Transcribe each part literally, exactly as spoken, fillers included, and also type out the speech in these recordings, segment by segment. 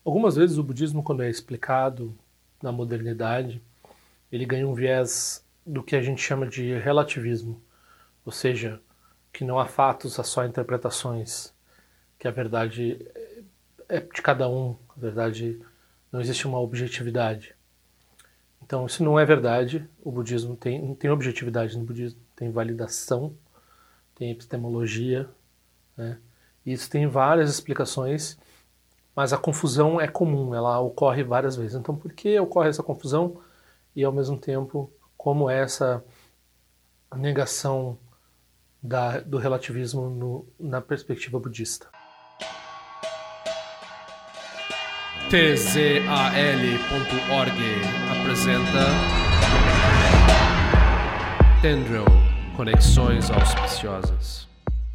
Algumas vezes o budismo, quando é explicado na modernidade, ele ganha um viés do que a gente chama de relativismo, ou seja, que não há fatos, há só interpretações, que a verdade é de cada um, a verdade não existe uma objetividade. Então isso não é verdade, o budismo tem, tem objetividade no budismo, tem validação, tem epistemologia, né? E isso tem várias explicações, mas a confusão é comum, ela ocorre várias vezes. Então por que ocorre essa confusão e ao mesmo tempo como é essa negação da, do relativismo no, na perspectiva budista? T Z A L ponto org apresenta Tendril, Conexões Auspiciosas.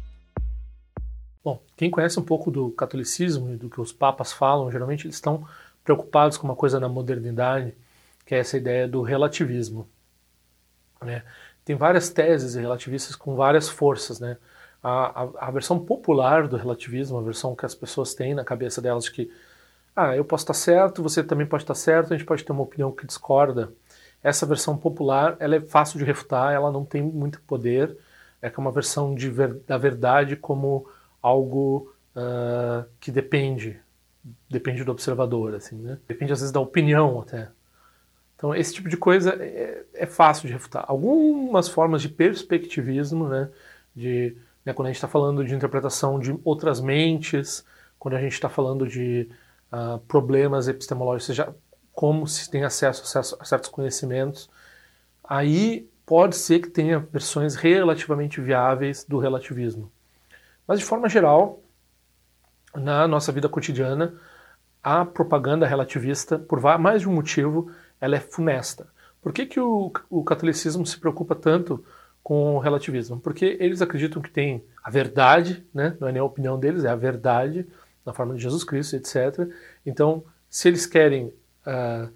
Bom, quem conhece um pouco do catolicismo e do que os papas falam, geralmente eles estão preocupados com uma coisa na modernidade, que é essa ideia do relativismo, né? Tem várias teses relativistas com várias forças, né? A, a, a versão popular do relativismo, a versão que as pessoas têm na cabeça delas de que ah, eu posso estar certo, você também pode estar certo, a gente pode ter uma opinião que discorda. Essa versão popular, ela é fácil de refutar, ela não tem muito poder, é que é uma versão de ver, da verdade como algo uh, que depende, depende do observador, assim, né? Depende às vezes da opinião até. Então esse tipo de coisa é, é fácil de refutar. Algumas formas de perspectivismo, né? De, né, quando a gente está falando de interpretação de outras mentes, quando a gente está falando de Uh, problemas epistemológicos, seja como se tem acesso, acesso a certos conhecimentos, aí pode ser que tenha versões relativamente viáveis do relativismo. Mas de forma geral, na nossa vida cotidiana, a propaganda relativista, por mais de um motivo, ela é funesta. Por que, que o, o catolicismo se preocupa tanto com o relativismo? Porque eles acreditam que tem a verdade, né? Não é nem a opinião deles, é a verdade, na forma de Jesus Cristo, etcétera. Então, se eles querem uh,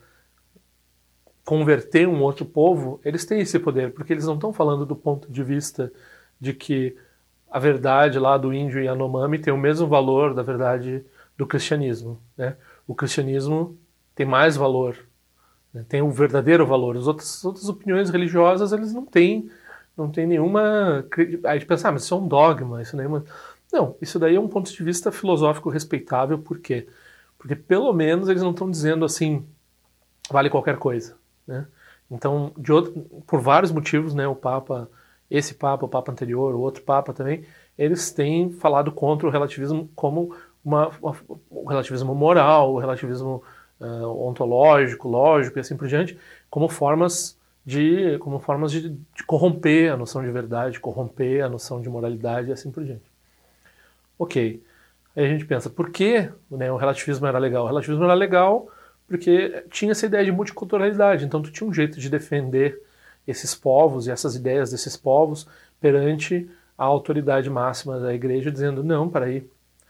converter um outro povo, eles têm esse poder, porque eles não estão falando do ponto de vista de que a verdade lá do índio Yanomami tem o mesmo valor da verdade do cristianismo, né? O cristianismo tem mais valor, né? Tem o verdadeiro valor. As outras, as outras opiniões religiosas, eles não têm, não têm nenhuma... Aí a gente pensa, ah, mas isso é um dogma, isso não é uma... Não, isso daí é um ponto de vista filosófico respeitável, por quê? Porque pelo menos eles não estão dizendo assim, vale qualquer coisa, né? Então, de outro, por vários motivos, né, o Papa, esse Papa, o Papa anterior, o outro Papa também, eles têm falado contra o relativismo como uma, uma, o relativismo moral, o relativismo uh, ontológico, lógico e assim por diante, como formas de, como formas de, de corromper a noção de verdade, corromper a noção de moralidade e assim por diante. Ok, aí a gente pensa, por que, né, o relativismo era legal? O relativismo era legal porque tinha essa ideia de multiculturalidade, então tu tinha um jeito de defender esses povos e essas ideias desses povos perante a autoridade máxima da igreja, dizendo, não, peraí,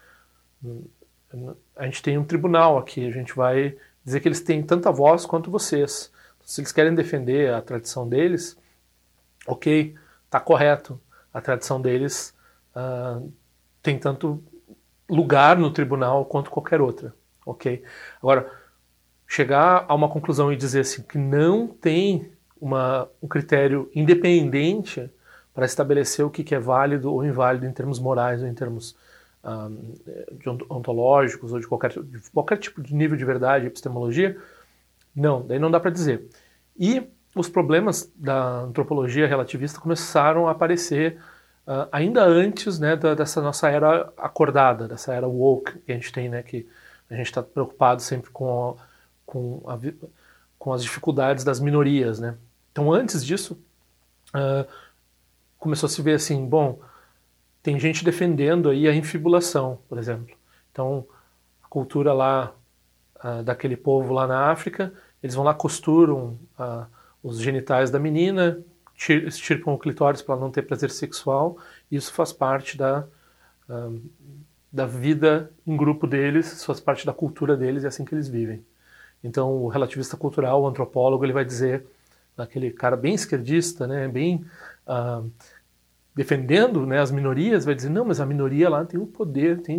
a gente tem um tribunal aqui, a gente vai dizer que eles têm tanta voz quanto vocês. Se eles querem defender a tradição deles, ok, tá correto, a tradição deles... Uh, tem tanto lugar no tribunal quanto qualquer outra, ok? Agora, chegar a uma conclusão e dizer assim que não tem uma, um critério independente para estabelecer o que é válido ou inválido em termos morais ou em termos um, de ontológicos ou de qualquer, de qualquer tipo de nível de verdade, epistemologia, não, daí não dá para dizer. E os problemas da antropologia relativista começaram a aparecer Uh, ainda antes, né, da, dessa nossa era acordada, dessa era woke que a gente tem, né, que a gente está preocupado sempre com, a, com, a, com as dificuldades das minorias, né. Então, antes disso, uh, começou a se ver assim, bom, tem gente defendendo aí a infibulação, por exemplo. Então, a cultura lá uh, daquele povo lá na África, eles vão lá, costuram uh, os genitais da menina, extirpam o clitóris para não ter prazer sexual, e isso faz parte da, uh, da vida em grupo deles, isso faz parte da cultura deles, e é assim que eles vivem. Então o relativista cultural, o antropólogo, ele vai dizer, aquele cara bem esquerdista, né, bem uh, defendendo, né, as minorias, vai dizer, não, mas a minoria lá tem o poder, tem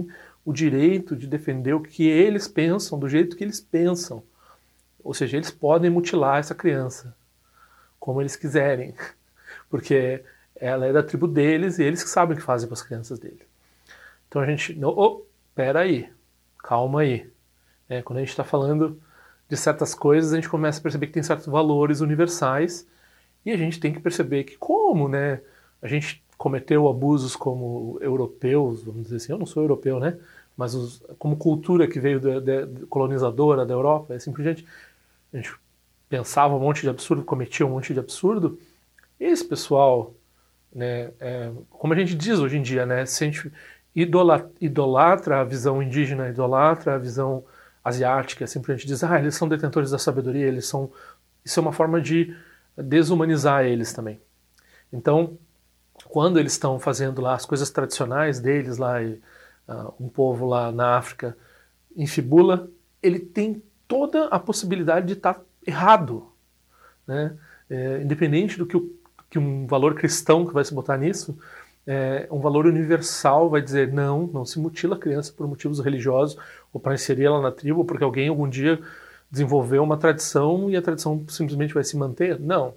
o direito de defender o que eles pensam, do jeito que eles pensam. Ou seja, eles podem mutilar essa criança como eles quiserem, porque ela é da tribo deles e eles que sabem o que fazem com as crianças deles. Então a gente, não, oh, pera aí, calma aí. É, quando a gente está falando de certas coisas, a gente começa a perceber que tem certos valores universais e a gente tem que perceber que como, né, a gente cometeu abusos como europeus, vamos dizer assim, eu não sou europeu, né, mas os, como cultura que veio da, da, colonizadora da Europa, assim por diante, a gente pensava um monte de absurdo, cometia um monte de absurdo. Esse pessoal, né, é, como a gente diz hoje em dia, né, se a gente idolatra, idolatra a visão indígena, idolatra a visão asiática, assim, a gente diz, ah, eles são detentores da sabedoria, eles são... Isso é uma forma de desumanizar eles também. Então, quando eles estão fazendo lá as coisas tradicionais deles, lá, e, uh, um povo lá na África infibula, ele tem toda a possibilidade de estar errado, né? É, independente do que, o, que um valor cristão que vai se botar nisso, é, um valor universal vai dizer não, não se mutila a criança por motivos religiosos ou para inserir ela na tribo, ou porque alguém algum dia desenvolveu uma tradição e a tradição simplesmente vai se manter. Não.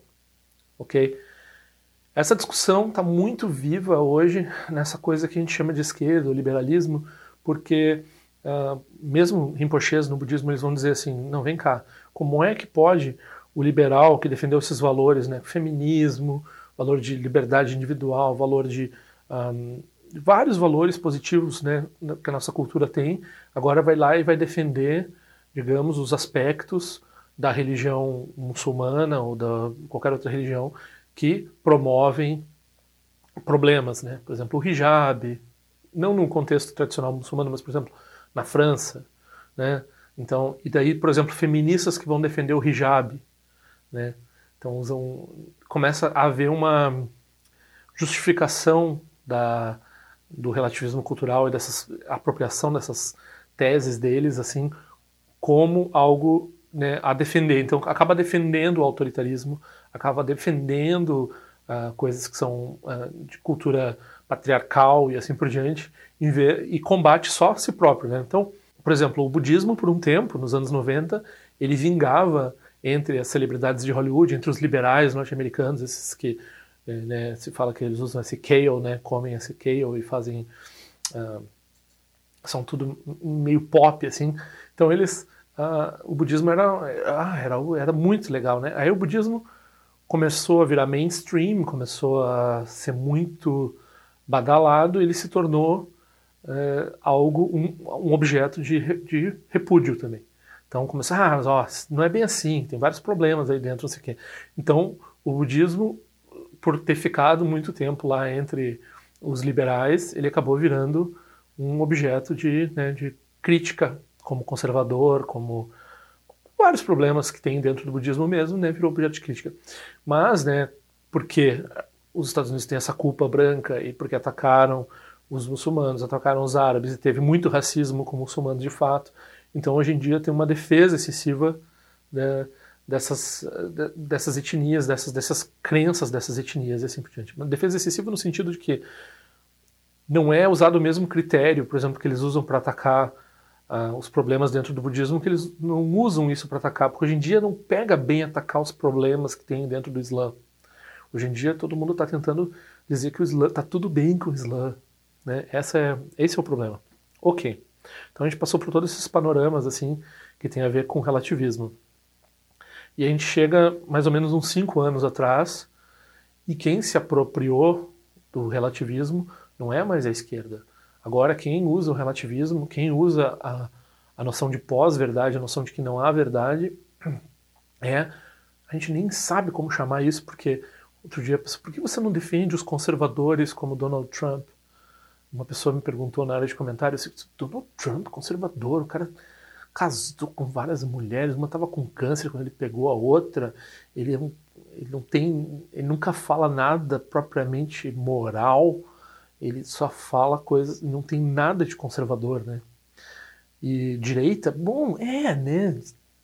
Ok? Essa discussão está muito viva hoje nessa coisa que a gente chama de esquerda, o liberalismo, porque uh, mesmo Rinpoches no budismo eles vão dizer assim, não, vem cá, como é que pode o liberal que defendeu esses valores, né, feminismo, valor de liberdade individual, valor de um, vários valores positivos, né, que a nossa cultura tem, agora vai lá e vai defender, digamos, os aspectos da religião muçulmana ou da qualquer outra religião que promovem problemas, né? Por exemplo, o hijab, não no contexto tradicional muçulmano, mas, por exemplo, na França, né? Então, e daí, por exemplo, feministas que vão defender o hijab, né? Então, usam, começa a haver uma justificação da, do relativismo cultural e dessa apropriação dessas teses deles, assim, como algo, né, a defender. Então, acaba defendendo o autoritarismo, acaba defendendo uh, coisas que são uh, de cultura patriarcal e assim por diante, e, ver, e combate só a si próprio, né? Então, por exemplo, o budismo, por um tempo, nos anos noventa, ele vingava entre as celebridades de Hollywood, entre os liberais norte-americanos, esses que, né, se fala que eles usam esse kale, né, comem esse kale e fazem... Uh, são tudo meio pop, assim. Então, eles... Uh, o budismo era, era, era muito legal, né? Aí o budismo começou a virar mainstream, começou a ser muito badalado, e ele se tornou uh, algo, um, um objeto de, de repúdio também. Então começou, ah, mas, ó, não é bem assim, tem vários problemas aí dentro, não sei o quê. Então o budismo, por ter ficado muito tempo lá entre os liberais, ele acabou virando um objeto de, né, de crítica, como conservador, como vários problemas que tem dentro do budismo mesmo, né, virou objeto de crítica. Mas, né, porque os Estados Unidos têm essa culpa branca e porque atacaram os muçulmanos, atacaram os árabes e teve muito racismo com muçulmanos de fato, então hoje em dia tem uma defesa excessiva, né, dessas, dessas etnias, dessas, dessas crenças dessas etnias e assim por diante. Uma defesa excessiva no sentido de que não é usado o mesmo critério, por exemplo, que eles usam para atacar Uh, os problemas dentro do budismo, que eles não usam isso para atacar, porque hoje em dia não pega bem atacar os problemas que tem dentro do Islã. Hoje em dia todo mundo está tentando dizer que o Islã está tudo bem com o Islã, né? Essa é, esse é o problema. Ok. Então a gente passou por todos esses panoramas assim que tem a ver com relativismo. E a gente chega mais ou menos uns cinco anos atrás, e quem se apropriou do relativismo não é mais a esquerda. Agora, quem usa o relativismo, quem usa a, a noção de pós-verdade, a noção de que não há verdade, é... A gente nem sabe como chamar isso, porque outro dia, por que você não defende os conservadores como Donald Trump? Uma pessoa me perguntou na área de comentários, Donald Trump, conservador, o cara casou com várias mulheres, uma estava com câncer quando ele pegou a outra, ele, é um, ele não tem, ele nunca fala nada propriamente moral, ele só fala coisas, não tem nada de conservador, né? E direita, bom, é, né?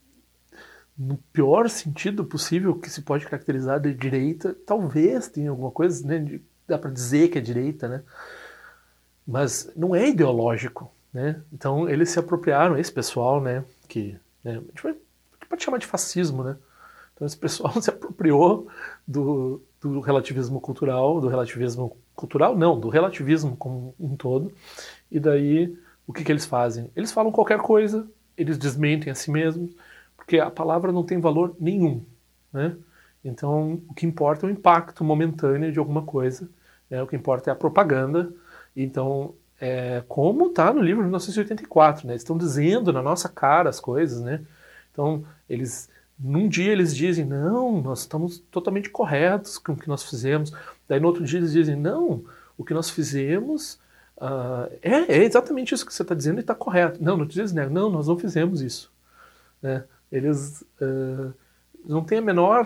No pior sentido possível que se pode caracterizar de direita, talvez tenha alguma coisa, né? De, dá para dizer que é direita, né? Mas não é ideológico, né? Então eles se apropriaram, esse pessoal, né, que, né, a gente pode, pode chamar de fascismo, né? Então esse pessoal se apropriou do, do relativismo cultural, do relativismo cultural não, do relativismo como um todo, e daí o que, que eles fazem? Eles falam qualquer coisa, eles desmentem a si mesmos, porque a palavra não tem valor nenhum, né? Então o que importa é o impacto momentâneo de alguma coisa, né? O que importa é a propaganda. Então, é, como está no livro de mil novecentos e oitenta e quatro, né? Eles estão dizendo na nossa cara as coisas, né? Então, eles, num dia eles dizem, não, nós estamos totalmente corretos com o que nós fizemos. Daí no outro dia eles dizem, não, o que nós fizemos uh, é, é exatamente isso que você está dizendo e está correto. Não, no outro dia eles negam, não, nós não fizemos isso. Né? Eles uh, não têm a menor...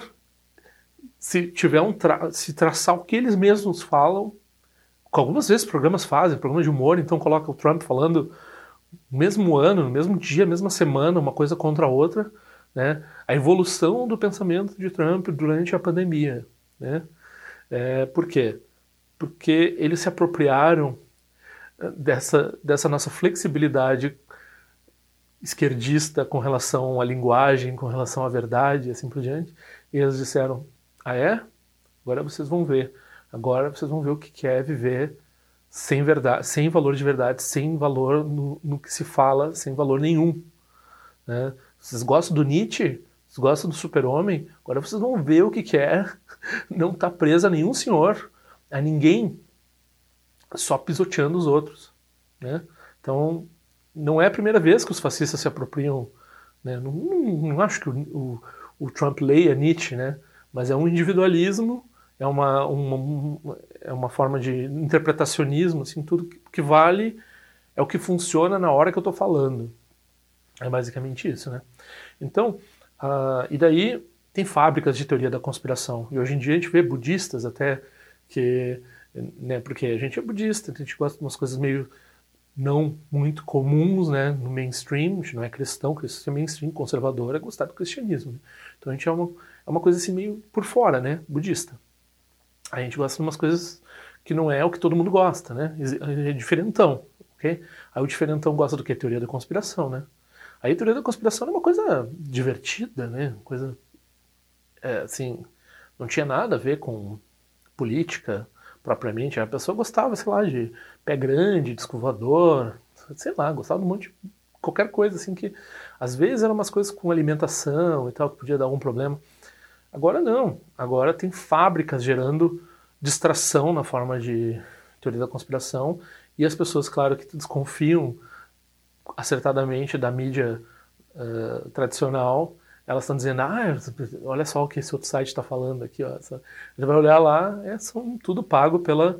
Se tiver um tra... se traçar o que eles mesmos falam, algumas vezes programas fazem, programas de humor, então coloca o Trump falando no mesmo ano, no mesmo dia, mesma semana, uma coisa contra a outra, né? A evolução do pensamento de Trump durante a pandemia, né? É, por quê? Porque eles se apropriaram dessa, dessa nossa flexibilidade esquerdista com relação à linguagem, com relação à verdade e assim por diante, e eles disseram, ah é? Agora vocês vão ver. Agora vocês vão ver o que é viver sem verdade, sem valor de verdade, sem valor no, no que se fala, sem valor nenhum. Né? Vocês gostam do Nietzsche? Vocês gostam do super-homem? Agora vocês vão ver o que é não estar preso a nenhum senhor, a ninguém, só pisoteando os outros. Né? Então, não é a primeira vez que os fascistas se apropriam. Né? Não, não, não acho que o, o, o Trump leia Nietzsche, né? Mas é um individualismo, é uma, uma, é uma forma de interpretacionismo, assim, tudo que, que vale é o que funciona na hora que eu estou falando. É basicamente isso, né? Então, uh, e daí tem fábricas de teoria da conspiração. E hoje em dia a gente vê budistas até que, né, porque a gente é budista, a gente gosta de umas coisas meio não muito comuns, né, no mainstream, a gente não é cristão, cristão mainstream, conservador é gostar do cristianismo. Né? Então a gente é uma, é uma coisa assim meio por fora, né, budista. A gente gosta de umas coisas que não é o que todo mundo gosta, né, é diferentão, ok? Aí o diferentão gosta do que? Teoria da conspiração, né? Aí a teoria da conspiração é uma coisa divertida, né, coisa, é, assim, não tinha nada a ver com política propriamente, a pessoa gostava, sei lá, de pé grande, disco voador, sei lá, gostava de um monte de qualquer coisa, assim, que às vezes eram umas coisas com alimentação e tal, que podia dar algum problema. Agora não, agora tem fábricas gerando distração na forma de teoria da conspiração e as pessoas, claro, que desconfiam acertadamente da mídia uh, tradicional, elas estão dizendo, ah, olha só o que esse outro site está falando aqui, ó. Você vai olhar lá, é são tudo pago pela,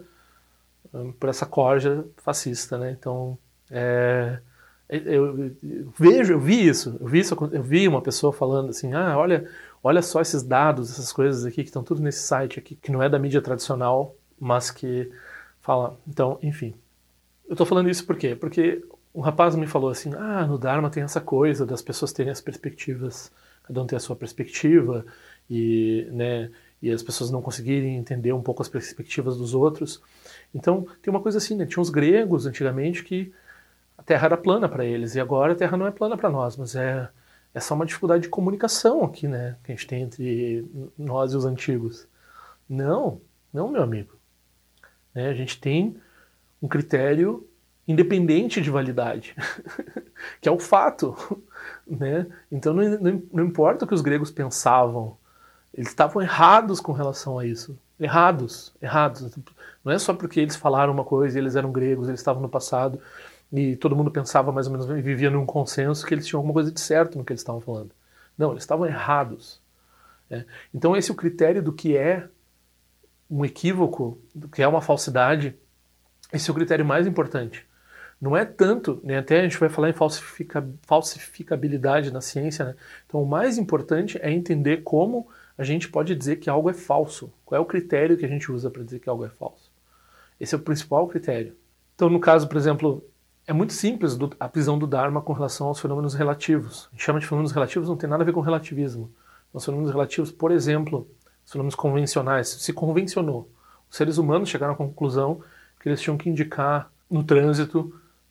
por essa corja fascista, né? Então, é, eu, eu vejo, eu vi isso, eu vi isso, eu vi uma pessoa falando assim, ah, olha, olha só esses dados, essas coisas aqui que estão tudo nesse site aqui, que não é da mídia tradicional, mas que fala, então, enfim. Eu estou falando isso por quê? Porque um rapaz me falou assim, ah, no Dharma tem essa coisa das pessoas terem as perspectivas, cada um tem a sua perspectiva, e, né, e as pessoas não conseguirem entender um pouco as perspectivas dos outros. Então, tem uma coisa assim, né? Tinha os gregos, antigamente, que a Terra era plana para eles, e agora a Terra não é plana para nós, mas é, é só uma dificuldade de comunicação aqui, né, que a gente tem entre nós e os antigos. Não, não, meu amigo. Né, a gente tem um critério independente de validade, que é o fato. Né? Então não, não, não importa o que os gregos pensavam, eles estavam errados com relação a isso. Errados, errados. Não é só porque eles falaram uma coisa e eles eram gregos, eles estavam no passado e todo mundo pensava mais ou menos, vivia num consenso que eles tinham alguma coisa de certo no que eles estavam falando. Não, eles estavam errados. Né? Então esse é o critério do que é um equívoco, do que é uma falsidade, esse é o critério mais importante. Não é tanto, né, até a gente vai falar em falsifica, falsificabilidade na ciência, né? Então o mais importante é entender como a gente pode dizer que algo é falso. Qual é o critério que a gente usa para dizer que algo é falso? Esse é o principal critério. Então no caso, por exemplo, é muito simples do, a visão do Dharma com relação aos fenômenos relativos. A gente chama de fenômenos relativos, não tem nada a ver com relativismo. Os fenômenos relativos, por exemplo, os fenômenos convencionais, se convencionou. Os seres humanos chegaram à conclusão que eles tinham que indicar no trânsito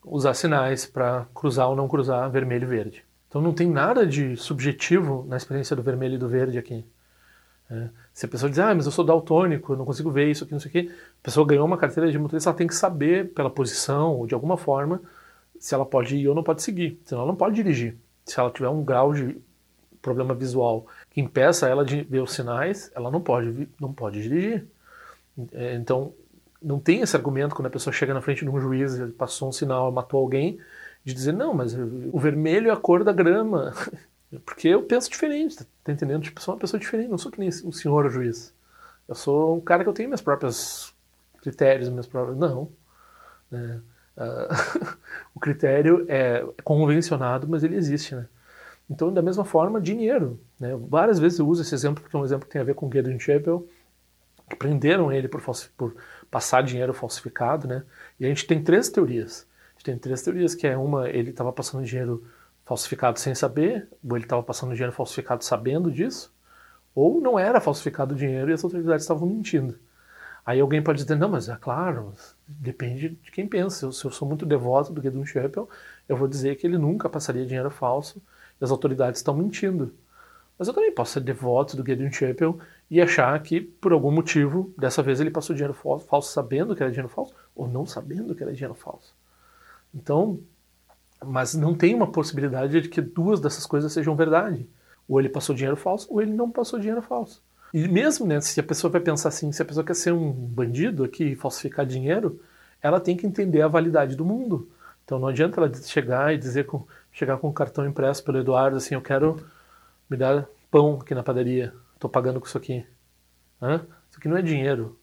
usar sinais para cruzar ou não cruzar vermelho e verde. Então não tem nada de subjetivo na experiência do vermelho e do verde aqui. É. Se a pessoa diz, ah, mas eu sou daltônico, eu não consigo ver isso aqui, não sei o quê, a pessoa ganhou uma carteira de motorista, ela tem que saber pela posição ou de alguma forma se ela pode ir ou não pode seguir, senão ela não pode dirigir. Se ela tiver um grau de problema visual que impeça ela de ver os sinais, ela não pode, não pode dirigir. É, então, não tem esse argumento quando a pessoa chega na frente de um juiz e passou um sinal, matou alguém, de dizer, não, mas o vermelho é a cor da grama. Porque eu penso diferente, tá entendendo? Tipo, eu sou uma pessoa diferente, não sou que nem o senhor juiz. Eu sou um cara que eu tenho meus próprios critérios, meus próprios... Não. É, uh, o critério é convencionado, mas ele existe, né? Então, da mesma forma, dinheiro. Né? Várias vezes eu uso esse exemplo, porque é um exemplo que tem a ver com o Gideon Chappell, que prenderam ele por, por passar dinheiro falsificado, né? E a gente tem três teorias. A gente tem três teorias, que é uma, ele estava passando dinheiro falsificado sem saber, ou ele estava passando dinheiro falsificado sabendo disso, ou não era falsificado o dinheiro e as autoridades estavam mentindo. Aí alguém pode dizer, não, mas é claro, depende de quem pensa. Se eu sou muito devoto do Gideon Chappell, eu vou dizer que ele nunca passaria dinheiro falso e as autoridades estão mentindo. Mas eu também posso ser devoto do Gideon Chappell e achar que, por algum motivo, dessa vez ele passou dinheiro falso sabendo que era dinheiro falso, ou não sabendo que era dinheiro falso. Então, mas não tem uma possibilidade de que duas dessas coisas sejam verdade. Ou ele passou dinheiro falso, ou ele não passou dinheiro falso. E mesmo, né, se a pessoa vai pensar assim, se a pessoa quer ser um bandido aqui e falsificar dinheiro, ela tem que entender a validade do mundo. Então não adianta ela chegar e dizer, com, chegar com um cartão impresso pelo Eduardo, assim, eu quero me dar pão aqui na padaria, estou pagando com isso aqui. Hã? Isso aqui não é dinheiro.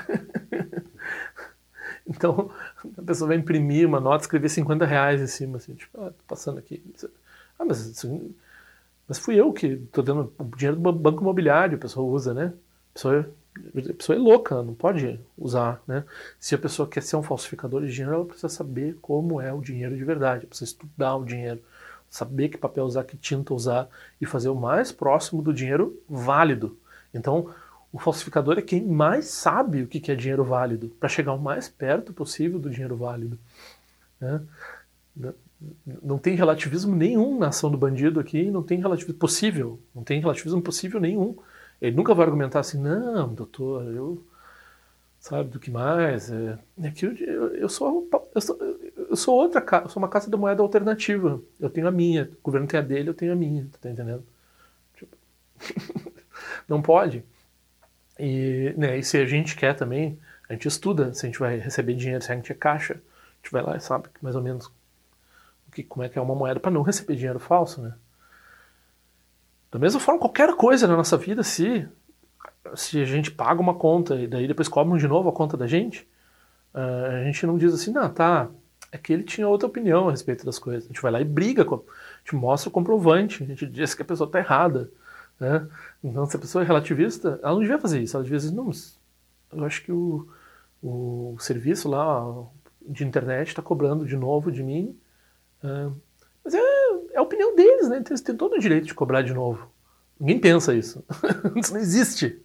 Então, a pessoa vai imprimir uma nota, escrever cinquenta reais em cima, assim, tipo, ah, tô passando aqui. Ah, mas, assim, mas fui eu que tô dando o dinheiro do banco imobiliário, a pessoa usa, né? A pessoa, a pessoa é louca, não pode usar, né? Se a pessoa quer ser um falsificador de dinheiro, ela precisa saber como é o dinheiro de verdade, precisa estudar o dinheiro, saber que papel usar, que tinta usar e fazer o mais próximo do dinheiro válido. Então, o falsificador é quem mais sabe o que é dinheiro válido, para chegar o mais perto possível do dinheiro válido. Né? Não tem relativismo nenhum na ação do bandido aqui, não tem relativismo possível, não tem relativismo possível nenhum. Ele nunca vai argumentar assim, não, doutor, eu... Sabe, do que mais? É, é que eu, eu, eu, sou, eu, sou, eu sou outra, eu sou uma casa de moeda alternativa. Eu tenho a minha, o governo tem a dele, eu tenho a minha, tá entendendo? Tipo, não pode. E, né, e se a gente quer também, a gente estuda se a gente vai receber dinheiro, se a gente é caixa, a gente vai lá e sabe mais ou menos o que, como é que é uma moeda para não receber dinheiro falso, né? Da mesma forma, qualquer coisa na nossa vida, se, se a gente paga uma conta e daí depois cobram de novo a conta da gente, a gente não diz assim, não, tá, é que ele tinha outra opinião a respeito das coisas. A gente vai lá e briga, a gente mostra o comprovante, a gente diz que a pessoa está errada. Né? Então, se a pessoa é relativista, ela não devia fazer isso. Ela devia dizer, não, eu acho que o, o serviço lá de internet está cobrando de novo de mim. Uh, mas é, é a opinião deles, né? Então, eles têm todo o direito de cobrar de novo. Ninguém pensa isso. Isso não existe.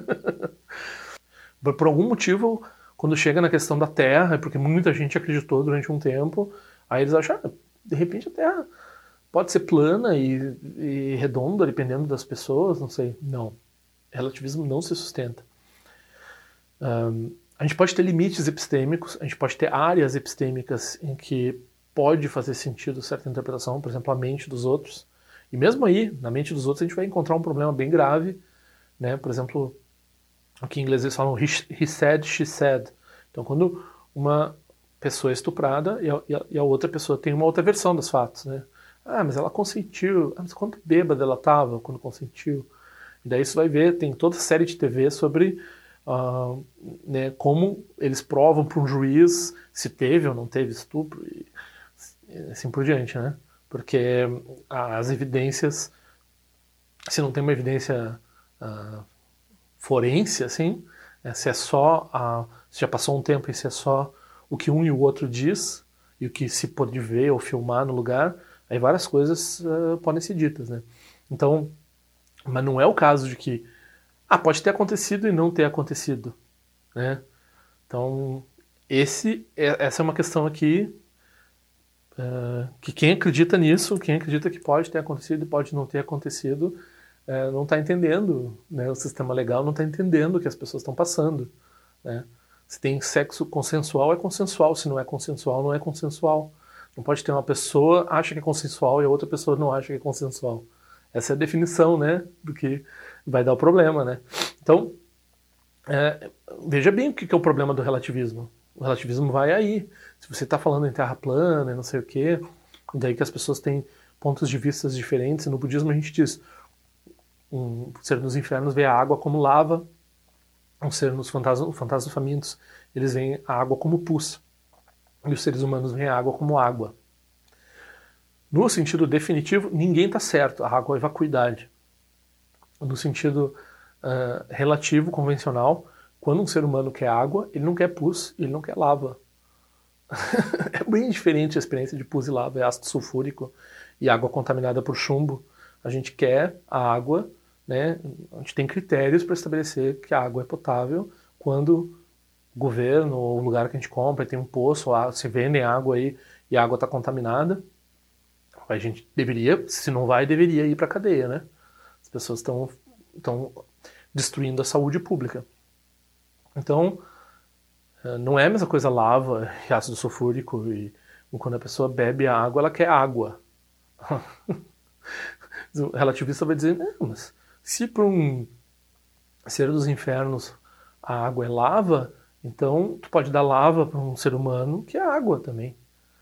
Por algum motivo, quando chega na questão da Terra, é porque muita gente acreditou durante um tempo, aí eles acham, ah, de repente a Terra pode ser plana e, e redonda, dependendo das pessoas, não sei. Não. Relativismo não se sustenta. Um, a gente pode ter limites epistêmicos, a gente pode ter áreas epistêmicas em que pode fazer sentido certa interpretação, por exemplo, a mente dos outros. E mesmo aí, na mente dos outros, a gente vai encontrar um problema bem grave, né? Por exemplo, o que em inglês eles falam he said, she said. Então, quando uma pessoa é estuprada e a, e a, e a outra pessoa tem uma outra versão dos fatos, né? Ah, mas ela consentiu. Ah, mas quanto bêbada ela estava quando consentiu? E daí você vai ver, tem toda a série de T V sobre uh, né, como eles provam para um juiz se teve ou não teve estupro e assim por diante, né? Porque as evidências, se não tem uma evidência uh, forense, assim, né, se é só, uh, se já passou um tempo e se é só o que um e o outro diz e o que se pode ver ou filmar no lugar, aí várias coisas uh, podem ser ditas, né? Então, mas não é o caso de que, ah, pode ter acontecido e não ter acontecido, né? Então, esse, essa é uma questão aqui uh, que quem acredita nisso, quem acredita que pode ter acontecido e pode não ter acontecido, uh, não está entendendo, né? O sistema legal não está entendendo o que as pessoas estão passando, né? Se tem sexo consensual, é consensual. Se não é consensual, não é consensual. Não pode ter uma pessoa que acha que é consensual e a outra pessoa não acha que é consensual. Essa é a definição, né, do que vai dar o problema, né? Então, é, veja bem o que é o problema do relativismo. O relativismo vai aí. Se você está falando em terra plana e não sei o quê, daí que as pessoas têm pontos de vista diferentes. No budismo a gente diz, um ser nos infernos vê a água como lava, um ser nos fantasmas, fantasmas famintos, eles veem a água como pus. E os seres humanos veem a água como água. No sentido definitivo, ninguém está certo. A água é vacuidade. No sentido uh, relativo, convencional, quando um ser humano quer água, ele não quer pus, ele não quer lava. É bem diferente a experiência de pus e lava. É ácido sulfúrico e água contaminada por chumbo. A gente quer a água, né? A gente tem critérios para estabelecer que a água é potável quando o governo ou o lugar que a gente compra tem um poço, ou se vendem água aí e a água está contaminada. A gente deveria, se não vai, deveria ir para a cadeia, né? As pessoas estão estão destruindo a saúde pública. Então, não é a mesma coisa lava e ácido sulfúrico, e quando a pessoa bebe a água, ela quer água. O relativista vai dizer, não, mas se para um ser dos infernos a água é lava, então tu pode dar lava para um ser humano que é água também.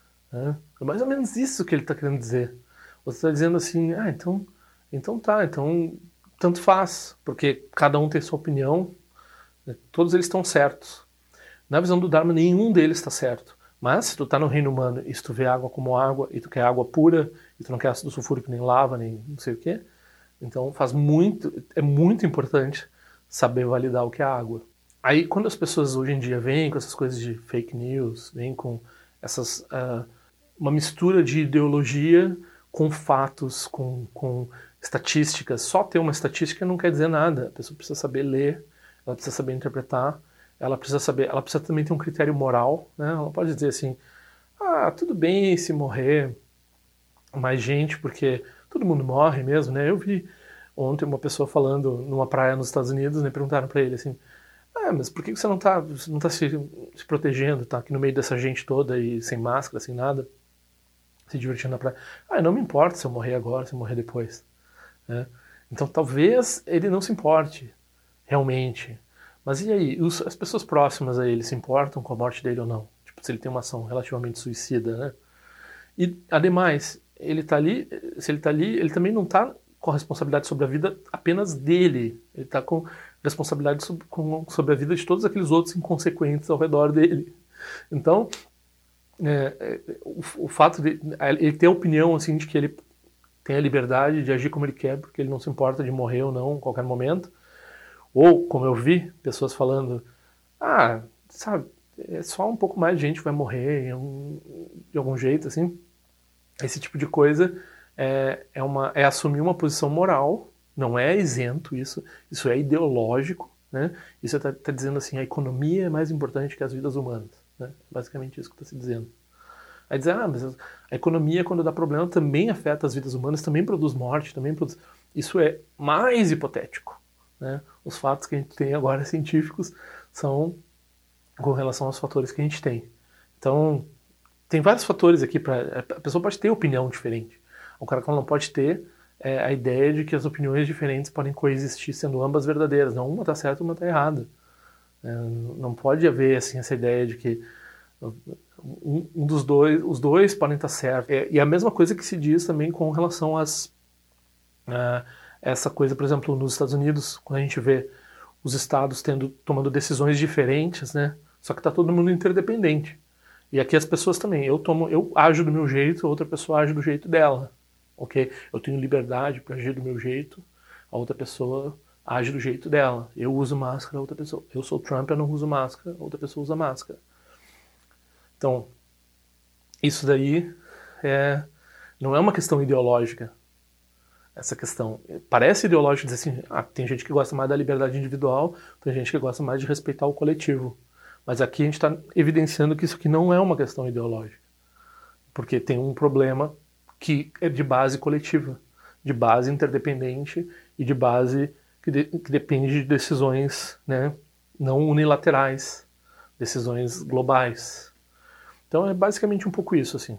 É mais ou menos isso que ele está querendo dizer. Você está dizendo assim, ah, então, então tá, então tanto faz, porque cada um tem sua opinião, né? Todos eles estão certos. Na visão do Dharma, nenhum deles está certo. Mas se tu está no reino humano e se tu vê água como água, e tu quer água pura, e tu não quer ácido sulfúrico, nem lava, nem não sei o quê, então faz muito, é muito importante saber validar o que é água. Aí quando as pessoas hoje em dia vêm com essas coisas de fake news, vêm com essas... Uh, uma mistura de ideologia com fatos, com, com estatísticas. Só ter uma estatística não quer dizer nada. A pessoa precisa saber ler, ela precisa saber interpretar, ela precisa saber, ela precisa também ter um critério moral, né? Ela não pode dizer assim, ah, tudo bem se morrer mais gente, porque todo mundo morre mesmo, né? Eu vi ontem uma pessoa falando numa praia nos Estados Unidos, né? Perguntaram para ele assim, ah, mas por que você não está não tá se, se protegendo, tá aqui no meio dessa gente toda e sem máscara, sem nada, se divertindo na praia? Ah, não me importa se eu morrer agora, se eu morrer depois, né? Então talvez ele não se importe realmente, mas e aí, os, as pessoas próximas a ele se importam com a morte dele ou não? Tipo, se ele tem uma ação relativamente suicida, né? E ademais, ele tá ali, se ele está ali, ele também não está com a responsabilidade sobre a vida apenas dele, ele está com responsabilidade sobre, com, sobre a vida de todos aqueles outros inconsequentes ao redor dele. Então, é, é, o, o fato de ele ter a opinião assim, de que ele tem a liberdade de agir como ele quer, porque ele não se importa de morrer ou não em qualquer momento, ou, como eu vi, pessoas falando, ah, sabe, é só um pouco mais de gente vai morrer um, de algum jeito, assim. Esse tipo de coisa é, é, uma, é assumir uma posição moral. Não é isento isso, isso é ideológico, né? Isso está tá dizendo assim, a economia é mais importante que as vidas humanas, né? Basicamente isso que está se dizendo. Aí dizer, ah, mas a economia quando dá problema também afeta as vidas humanas, também produz morte, também produz... Isso é mais hipotético, né? Os fatos que a gente tem agora científicos são com relação aos fatores que a gente tem. Então, tem vários fatores aqui para... A pessoa pode ter opinião diferente. O cara não pode ter é, a ideia de que as opiniões diferentes podem coexistir sendo ambas verdadeiras. Não, uma está certa, uma está errada. É, não pode haver assim, essa ideia de que um, um dos dois, os dois podem estar certos. É, e a mesma coisa que se diz também com relação às... A, essa coisa, por exemplo, nos Estados Unidos, quando a gente vê os estados tendo, tomando decisões diferentes, né? Só que está todo mundo interdependente. E aqui as pessoas também. Eu tomo, eu ajo do meu jeito, a outra pessoa age do jeito dela. Ok? Eu tenho liberdade para agir do meu jeito, a outra pessoa age do jeito dela. Eu uso máscara, a outra pessoa... Eu sou Trump, eu não uso máscara, a outra pessoa usa máscara. Então, isso daí é, não é uma questão ideológica. Essa questão parece ideológica, dizer assim, ah, tem gente que gosta mais da liberdade individual, tem gente que gosta mais de respeitar o coletivo. Mas aqui a gente está evidenciando que isso aqui não é uma questão ideológica. porque tem um problema que é de base coletiva, de base interdependente e de base que, de, que depende de decisões, né, não unilaterais, decisões globais. Então é basicamente um pouco isso, assim.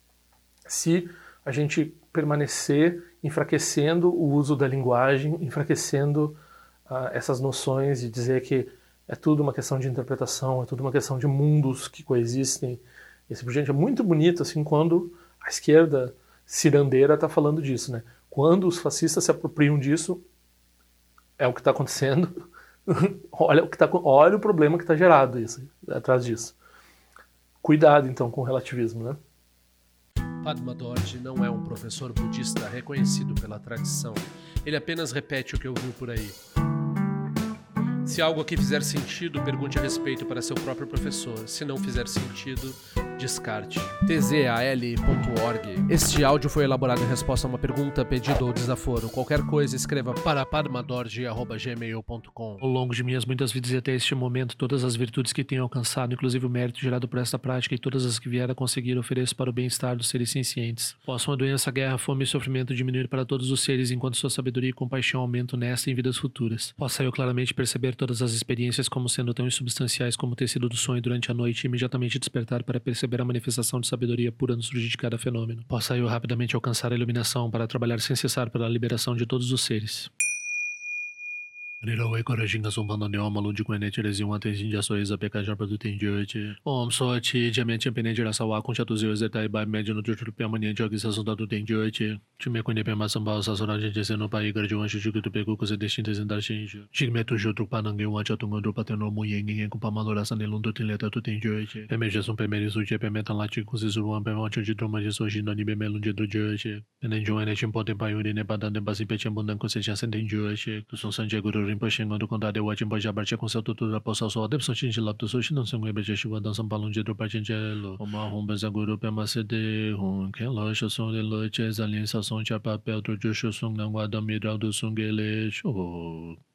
Se a gente permanecer enfraquecendo o uso da linguagem, enfraquecendo uh, essas noções de dizer que é tudo uma questão de interpretação, é tudo uma questão de mundos que coexistem. Esse por gente é muito bonito assim quando a esquerda cirandeira está falando disso, né? Quando os fascistas se apropriam disso, é o que está acontecendo. olha o que tá, olha o problema que está gerado isso, atrás disso. Cuidado então com o relativismo, né? Padma Dorje não é um professor budista reconhecido pela tradição. Ele apenas repete o que ouviu por aí. Se algo aqui fizer sentido, pergunte a respeito para seu próprio professor. Se não fizer sentido, descarte. T Z A L ponto org. Este áudio foi elaborado em resposta a uma pergunta, pedido ou desaforo. Qualquer coisa, escreva para padmadorje arroba gmail ponto com. Ao longo de minhas muitas vidas e até este momento, todas as virtudes que tenho alcançado, inclusive o mérito gerado por esta prática e todas as que vier a conseguir, ofereço para o bem-estar dos seres sencientes. Possam a doença, a guerra, a fome e o sofrimento diminuir para todos os seres, enquanto sua sabedoria e compaixão aumentam nesta e em vidas futuras. Possa eu claramente perceber todas as experiências como sendo tão insubstanciais como o tecido do sonho durante a noite e imediatamente despertar para perceber a manifestação de sabedoria pura no surgir de cada fenômeno. Possa eu rapidamente alcançar a iluminação para trabalhar sem cessar pela liberação de todos os seres. Nirawe Korajinga Sumpano Neoma Lundi Kwene Tirezi Wante Jinja Soeza Pekajar Padu Tenjote. Om Sochi Jamen Champene Jirasawa Kunchatu Zio Zetai Bai Mediano Jutu Piamani Jogi Sasundatu Tenjote. Time Kwene Pema Sambao Sasura Jinjese no Pai Garjuan Shujuku Peku Kuse Destintes Indar Shinju. Jigmetu Jutru Panangue Wachatungo do Pateno Muyeng Kupamalora Sanelundu Tileta Tu Tenjote. Emejasun Pemeri Suche Pemetan Lati Kusizuruan Pemancho de Druma de Sojino Nibe Melunde do Jote. Enenjoane Chimpote Payuri Nebadan de Basipechambundan Kuseja Sentenjote. Tusson Sanje Guru Rinpoche do Condado de Wajimbo Jabarche com seu tutor da Poça Sol, Depson Chinchilap do Sushi, não se me beija chuva, dançam balão de dropa Chinchelo, uma rumba Zaguru Pema Cede, um que loja som de lote, aliança som de papel do Jushu Sung, não guarda miral do Sungele, show.